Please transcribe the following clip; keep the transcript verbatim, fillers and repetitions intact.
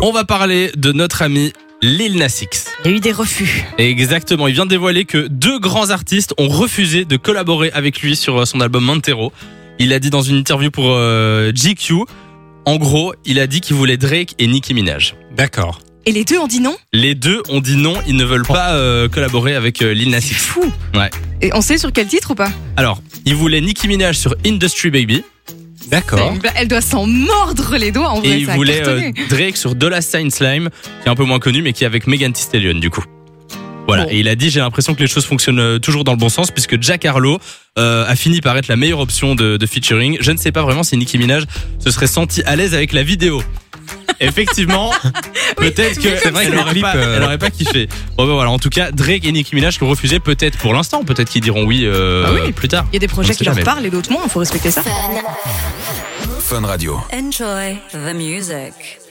On va parler de notre ami Lil Nas X. Il y a eu des refus. Exactement, il vient de dévoiler que deux grands artistes ont refusé de collaborer avec lui sur son album Montero. Il a dit dans une interview pour euh, G Q, en gros, il a dit qu'il voulait Drake et Nicki Minaj. D'accord. Et les deux ont dit non? Les deux ont dit non, ils ne veulent pas euh, collaborer avec euh, Lil Nas C'est X. fou. Ouais. Et on sait sur quel titre ou pas? Alors, ils voulaient Nicki Minaj sur Industry Baby. D'accord. Elle doit s'en mordre les doigts en vrai. Et ils ça a voulaient euh, cartonné. Drake sur Dolla Sign Slime, qui est un peu moins connu, mais qui est avec Megan Thee Stallion du coup. Voilà, Bon. et il a dit, j'ai l'impression que les choses fonctionnent euh, toujours dans le bon sens, puisque Jack Harlow euh, a fini par être la meilleure option de, de featuring. Je ne sais pas vraiment si Nicki Minaj se serait sentie à l'aise avec la vidéo. Effectivement, peut-être que C'est vrai que elle le aurait clip, pas, euh, elle aurait pas kiffé. Bon ben voilà, en tout cas, Drake et Nicki Minaj qui ont refusé, peut-être pour l'instant, peut-être qu'ils diront oui, euh, Ah oui. plus tard. Il y a des On projets sait qui leur jamais. parlent et d'autres moins, il faut respecter ça. Fun Radio. Enjoy the music.